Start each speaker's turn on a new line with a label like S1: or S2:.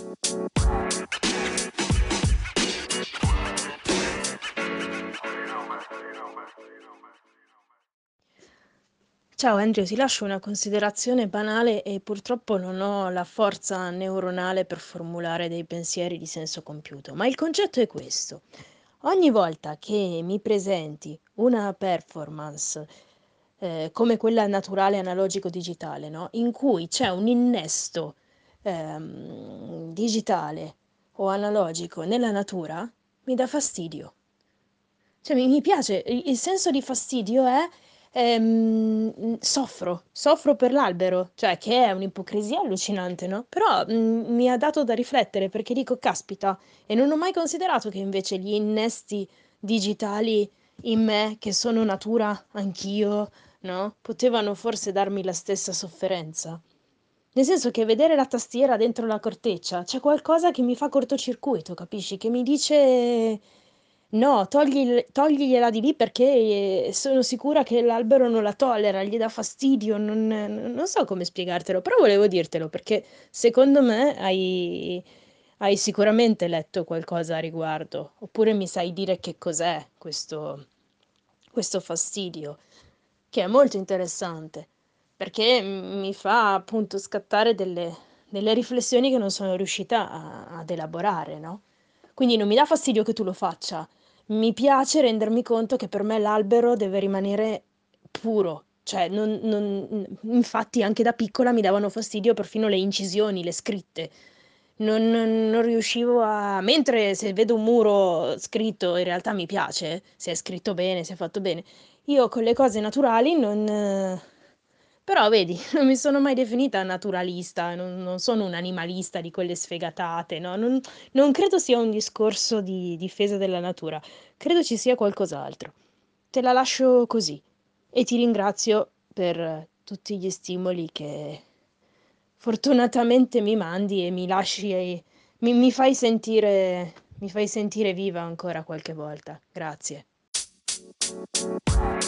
S1: Ciao Andrea, ti lascio una considerazione banale e purtroppo non ho la forza neuronale per formulare dei pensieri di senso compiuto, ma il concetto è questo. Ogni volta che mi presenti una performance come quella naturale analogico digitale, no? In cui c'è un innesto digitale o analogico nella natura, mi dà fastidio. Cioè mi piace, il senso di fastidio è, soffro per l'albero, cioè che è un'ipocrisia allucinante, no, però, mi ha dato da riflettere perché dico: "Caspita, e non ho mai considerato che invece gli innesti digitali in me, che sono natura anch'io, no, potevano forse darmi la stessa sofferenza." Nel senso che vedere la tastiera dentro la corteccia, c'è qualcosa che mi fa cortocircuito, capisci? Che mi dice: "No, togligliela di lì perché, sono sicura che l'albero non la tollera, gli dà fastidio." Non so come spiegartelo, però volevo dirtelo perché secondo me hai sicuramente letto qualcosa a riguardo, oppure mi sai dire che cos'è questo fastidio, che è molto interessante, perché mi fa appunto scattare delle riflessioni che non sono riuscita ad elaborare, no? Quindi non mi dà fastidio che tu lo faccia, mi piace rendermi conto che per me l'albero deve rimanere puro, cioè infatti anche da piccola mi davano fastidio perfino le incisioni, le scritte. Non riuscivo a mentre se vedo un muro scritto in realtà mi piace, se è scritto bene, se è fatto bene. Io con le cose naturali non però vedi, non mi sono mai definita naturalista, non sono un'animalista di quelle sfegatate, no, non credo sia un discorso di difesa della natura, credo ci sia qualcos'altro. Te la lascio così e ti ringrazio per tutti gli stimoli che fortunatamente mi mandi e mi lasci mi fai sentire viva ancora qualche volta. Grazie.